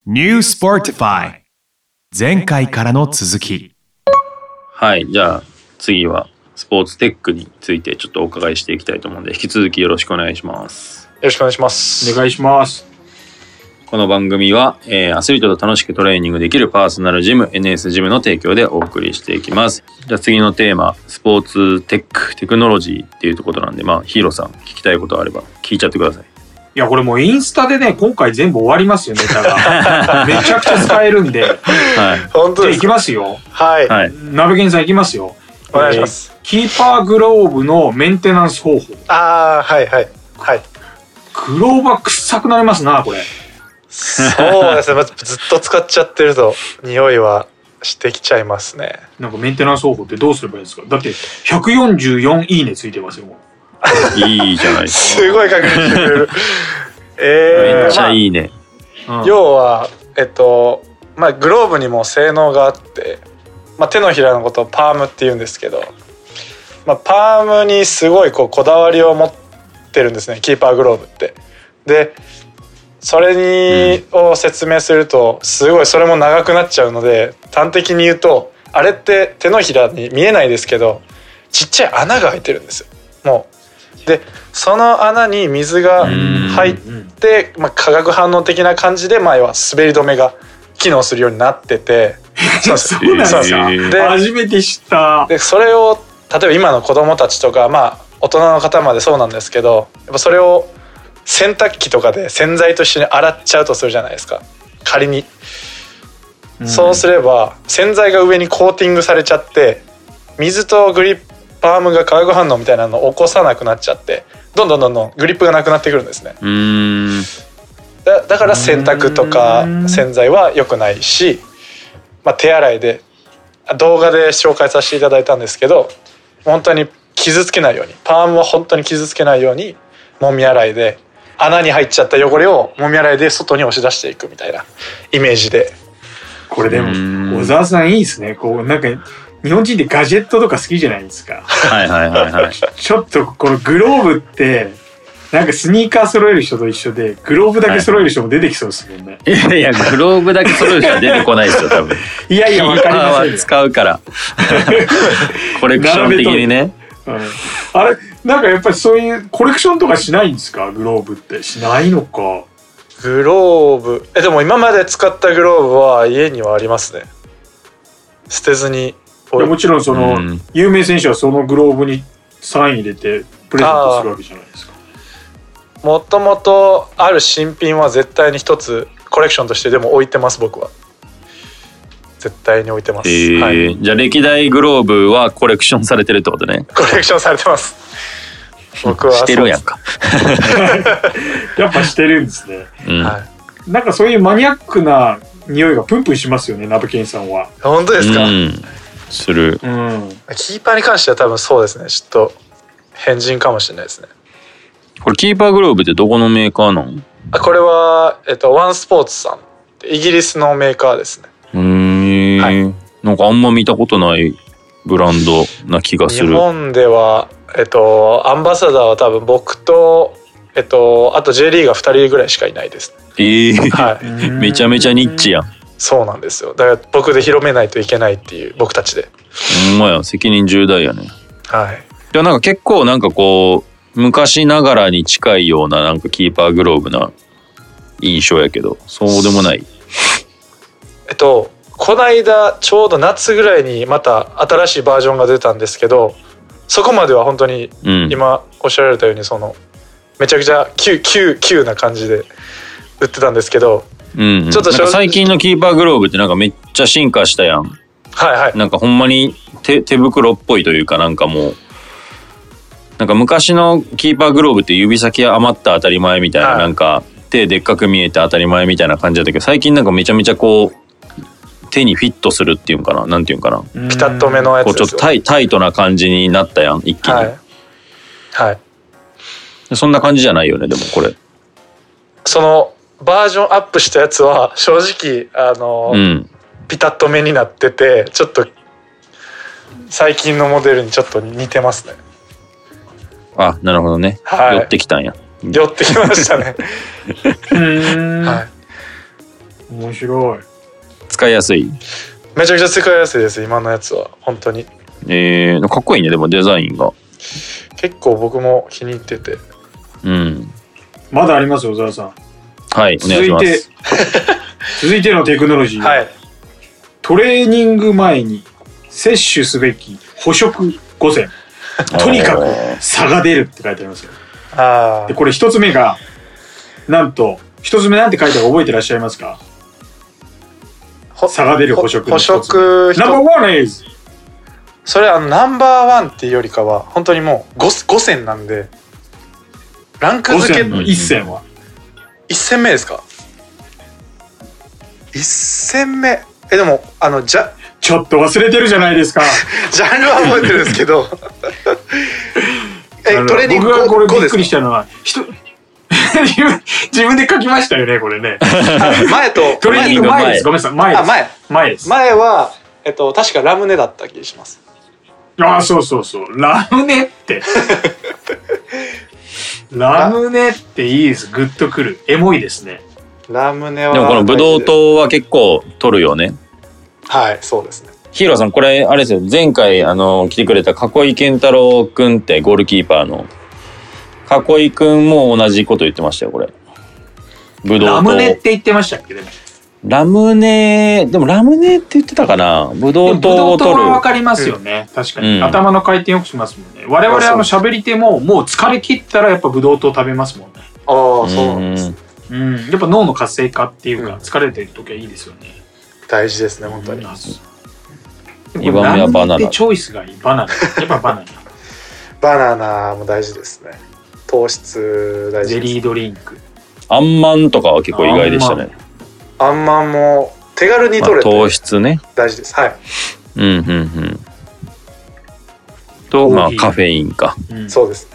New Sportify 前回からの続き。 はい、じゃあ次はスポーツテックについてちょっとお伺いしていきたいと思うので、引き続きよろしくお願いします。 よろしくお願いします。 お願いします。 この番組は、アスリートと楽しくトレーニングできるパーソナルジム NS ジムの提供でお送りしていきます。じゃあ次のテーマ、スポーツテックテクノロジーっていうことなんで、ヒーローさん聞きたいことあれば聞いちゃってください。 いやこれもうインスタでね、今回全部終わりますよネタがめちゃくちゃ使えるんで、はい、 本当ですか。 じゃあいきますよ。 はい、 はい、 ナベケンさんいきますよ。 お願いします。 キーパーグローブのメンテナンス方法。 はいはいはい。 グローバー臭くなりますなこれ。 そうですね、ずっと使っちゃってると匂いはしてきちゃいますね。 なんかメンテナンス方法ってどうすればいいですか。だって144いいねついてますよ。 いいじゃないですか。 すごい確認してくれる。 めっちゃいいね。 要はグローブにも性能があって、手のひらのことをパームって言うんですけど、パームにすごいこだわりを持ってるんですね、キーパーグローブって。でそれを説明するとすごいそれも長くなっちゃうので、端的に言うとあれって手のひらに見えないですけどちっちゃい穴が開いてるんですよ。もうでその穴に水が入って、化学反応的な感じで要は滑り止めが機能するようになっててそうなんですか。で初めて知った。 でそれを例えば今の子供たちとか大人の方までそうなんですけど、やっぱそれを洗濯機とかで洗剤と一緒に洗っちゃうとするじゃないですか、仮に。そうすれば洗剤が上にコーティングされちゃって水とパームが化学反応みたいなのを起こさなくなっちゃって、どんどんグリップがなくなってくるんですね。だから洗濯とか洗剤は良くないし、手洗いで動画で紹介させていただいたんですけど、本当に傷つけないように、パームは本当に傷つけないようにもみ洗いで穴に入っちゃった汚れをもみ洗いで外に押し出していくみたいなイメージで。 これでも小沢さんいいですね。なんか日本人ってガジェットとか好きじゃないですか。ちょっとこのグローブってなんかスニーカー揃える人と一緒で、グローブだけ揃える人も出てきそうですもんね。 いやグローブだけ揃える人は出てこないですよ多分。 いやわかりませんよ。 使うからコレクション的にね。 あれなんかやっぱりそういうコレクションとかしないんですか。グローブってしないのか。 グローブでも今まで使ったグローブは家にはありますね。捨てずに。 もちろんその有名選手はそのグローブにサイン入れてプレゼントするわけじゃないですか。 もともとある新品は絶対に一つコレクションとしてでも置いてます。僕は絶対に置いてます。 じゃあ歴代グローブはコレクションされてるってことね。 コレクションされてます。僕はしてるやんか。 やっぱしてるんですね。なんかそういうマニアックな匂いがプンプンしますよね、ナブケンさんは。 本当ですか。 する。 キーパーに関しては多分そうですね。ちょっと変人かもしれないですね。 これキーパーグローブってどこのメーカーなの？ これはワンスポーツさん、イギリスのメーカーですね。 なんかあんま見たことないブランドな気がする。 日本ではアンバサダーは多分僕とあと J リーガー2人ぐらいしかいないです。 めちゃめちゃニッチやん。 そうなんですよ。だから僕で広めないといけないっていう、僕たちで。 ほんまや、責任重大やね。 はい。 じゃあなんか結構なんか昔ながらに近いようななんかキーパーグローブな印象やけど、そうでもない。 この間ちょうど夏ぐらいにまた新しいバージョンが出たんですけど、そこまでは本当に今おっしゃられたようにめちゃくちゃ急な感じで売ってたんですけど、 ちょっと最近のキーパーグローブってなんかめっちゃ進化したやん。なんかほんまに手袋っぽいというか、なんかもうなんか昔のキーパーグローブって指先余った当たり前みたいな、なんか手でっかく見えて当たり前みたいな感じだったけど、最近なんかめちゃめちゃ手にフィットするっていうんかな、なんていうんかな、 ピタッとめのやつですよ。 ちょっとタイトな感じになったやん一気に。そんな感じじゃないよね。でもこれそのバージョンアップしたやつは正直ピタッとめになってて、ちょっと最近のモデルにちょっと似てますね。 なるほどね。寄ってきたんや。 寄ってきましたね。 面白い。 使いやすい。 めちゃくちゃ使いやすいです今のやつは本当に。 かっこいいねでもデザインが。 結構僕も気に入ってて。 うん。 まだありますよ小沢さん。 はいお願いします。 続いてのテクノロジー。 はい。 トレーニング前に摂取すべき補食5選。とにかく差が出るって書いてありますよ。でこれ一つ目がなんと一つ目なんて書いてあるか覚えてらっしゃいますか？差が出る補食の一つ目。ナンバーワン is。 それナンバーワンっていうよりかは本当にもう 5選なんでランク付けの1選は 1戦目ですか？1戦目でもちょっと忘れてるじゃないですか。 ジャンルは覚えてるんですけどトレーニング僕がこれびっくりしたのは自分で書きましたよねこれね。 前とトレーニング前です。ごめんなさい前です。 前は確かラムネだった気がします。 そうラムネってラムネっていいです。グッとくる。エモいですね。 ラムネはでもこのブドウ糖は結構取るよね。 はいそうですね。 ヒーローさんこれあれですよ前回来てくれた囲い健太郎くんってゴールキーパーの囲いくんも同じこと言ってましたよこれ。ブドウ糖ラムネって言ってましたっけ？でもラムネって言ってたかな。ブドウ糖を取る。ブドウ糖は分かりますよね、確かに、頭の回転よくしますもんね。我々喋り手ももう疲れ切ったらやっぱブドウ糖食べますもんね。 そうなんです。 やっぱ脳の活性化っていうか、疲れてる時はいいですよね。 大事ですね本当に。 2番目はバナナ。 チョイスがいい。バナナ。やっぱバナナ。 バナナも大事ですね。糖質大事です。 ゼリードリンク。 あんまんとかは結構意外でしたね。 あんまんも手軽に取れて糖質ね大事です。はい。 とカフェインか。 そうですね。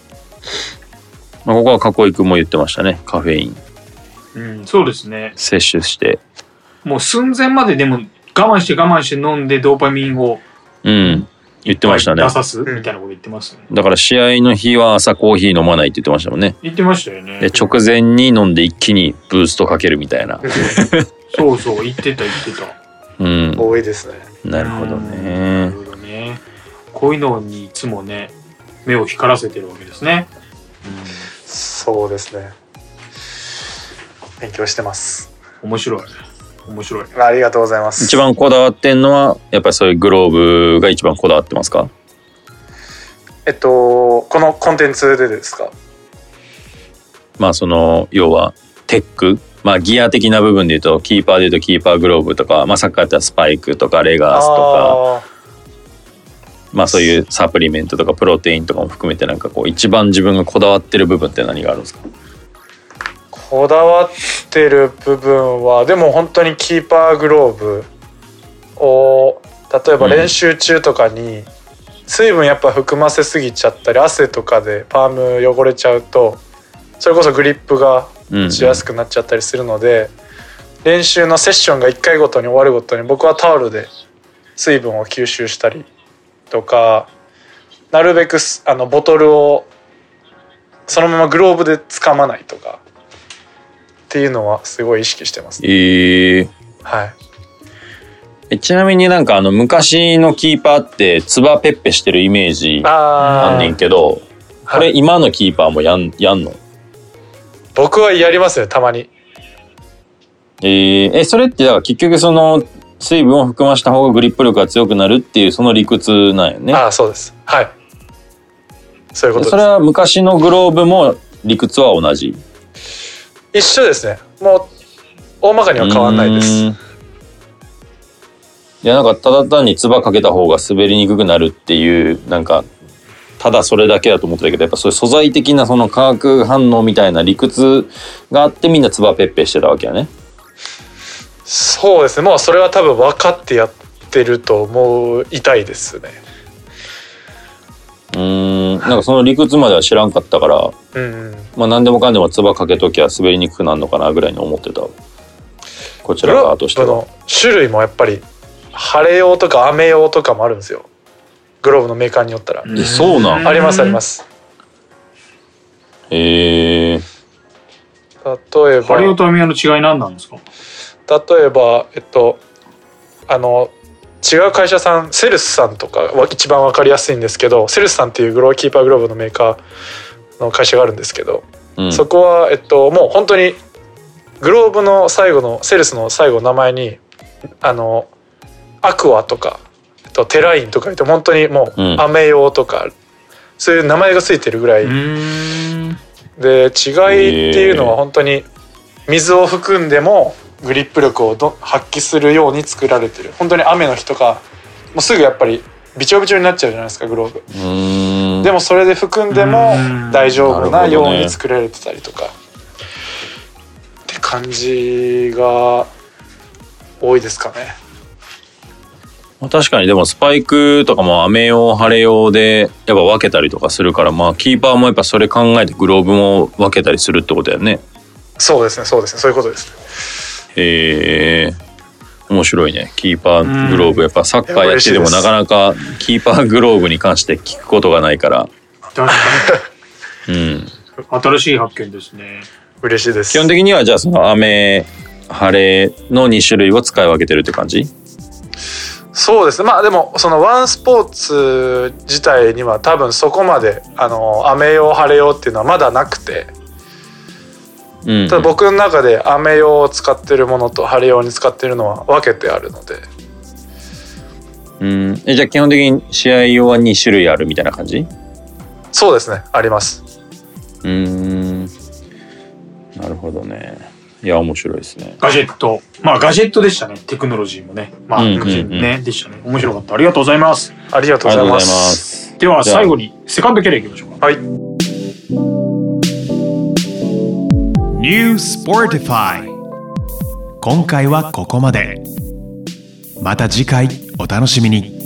ここは囲いくんも言ってましたねカフェイン。そうですね。 摂取してもう寸前まででも我慢して飲んでドーパミンを言ってましたね。 出さすみたいなこと言ってますね。 だから試合の日は朝コーヒー飲まないって言ってましたもんね。 言ってましたよね。 で直前に飲んで一気にブーストかけるみたいな。 そう言ってた。 多いですね。 なるほどね。 こういうのにいつもね目を光らせてるわけですね。 そうですね。勉強してます。面白い。ありがとうございます。 一番こだわってんのはやっぱりそういうグローブが一番こだわってますか？ このコンテンツでですか？ その要はテック、ギア的な部分で言うとキーパーで言うとキーパーグローブとか、サッカーだったらスパイクとかレガースとか、そういうサプリメントとかプロテインとかも含めてなんかこう一番自分がこだわってる部分って何があるんですか？ こだわってる部分はでも本当にキーパーグローブを例えば練習中とかに水分やっぱ含ませすぎちゃったり汗とかでパーム汚れちゃうとそれこそグリップがしやすくなっちゃったりするので、練習のセッションが1回ごとに終わるごとに僕はタオルで水分を吸収したりとかなるべくボトルをそのままグローブで掴まないとかっていうのはすごい意識してます、はい。 ちなみになんか昔のキーパーってつばペッペしてるイメージあんねんけど、これ今のキーパーもやんの？ 僕はやりますねたまに。 それってだから結局その水分を含ました方がグリップ力が強くなるっていうその理屈なんよね。 そうです。はい。そういうことです。 それは昔のグローブも理屈は同じ？ 一緒ですね。もう大まかには変わらないです。いやなんかただ単につばかけた方が滑りにくくなるっていうなんかただそれだけだと思ってたけどやっぱそういう素材的なその化学反応みたいな理屈があってみんなつばペッペしてたわけやね。 そうですね。それは多分分かってやってると思いたいですね。 なんかその理屈までは知らんかったから、何でもかんでもつばかけときゃ滑りにくくなるのかなぐらいに思ってた。こちら側としては。 グローブの種類もやっぱり晴れ用とか雨用とかもあるんですよ。グローブのメーカーによったら。 そうなん？ ありますあります。例えば晴れ用と雨用の違い何なんですか？ 例えば違う会社さん、セルスさんとかは一番分かりやすいんですけど、セルスさんっていうキーパーグローブのメーカーの会社があるんですけど、そこはもう本当にグローブの最後のセルスの最後の名前にアクアとかテラインとか言って本当にもう雨用とか、そういう名前がついてるぐらいで、違いっていうのは本当に水を含んでもグリップ力を発揮するように作られてる。本当に雨の日とかもうすぐやっぱりびちょびちょになっちゃうじゃないですか、グローブ。でもそれで含んでも大丈夫なように作られてたりとかって感じが多いですかね。 確かに。でもスパイクとかも雨用晴れ用でやっぱ分けたりとかするから、キーパーもやっぱそれ考えてグローブも分けたりするってことだよね。 そうですね、そういうことですね。 面白いね。キーパーグローブ、やっぱサッカーやっててもなかなかキーパーグローブに関して聞くことがないから。 確かに。新しい発見ですね。 嬉しいです。 基本的にはじゃあその雨晴れの2種類を使い分けてるって感じ？ そうですね。でもそのワンスポーツ自体には多分そこまで雨用晴れ用っていうのはまだなくて、ただ僕の中で雨用を使ってるものと晴れ用に使ってるのは分けてあるので。 じゃあ基本的に試合用は2種類あるみたいな感じ？ そうですね、あります。 なるほどね。いや面白いですね。 ガジェット、ガジェットでしたね。テクノロジーもね、でしたね。面白かった。ありがとうございます。 ありがとうございます。 では最後にセカンドキャリアいきましょうか。 はい。 New Sportify。今回はここまで。また次回お楽しみに。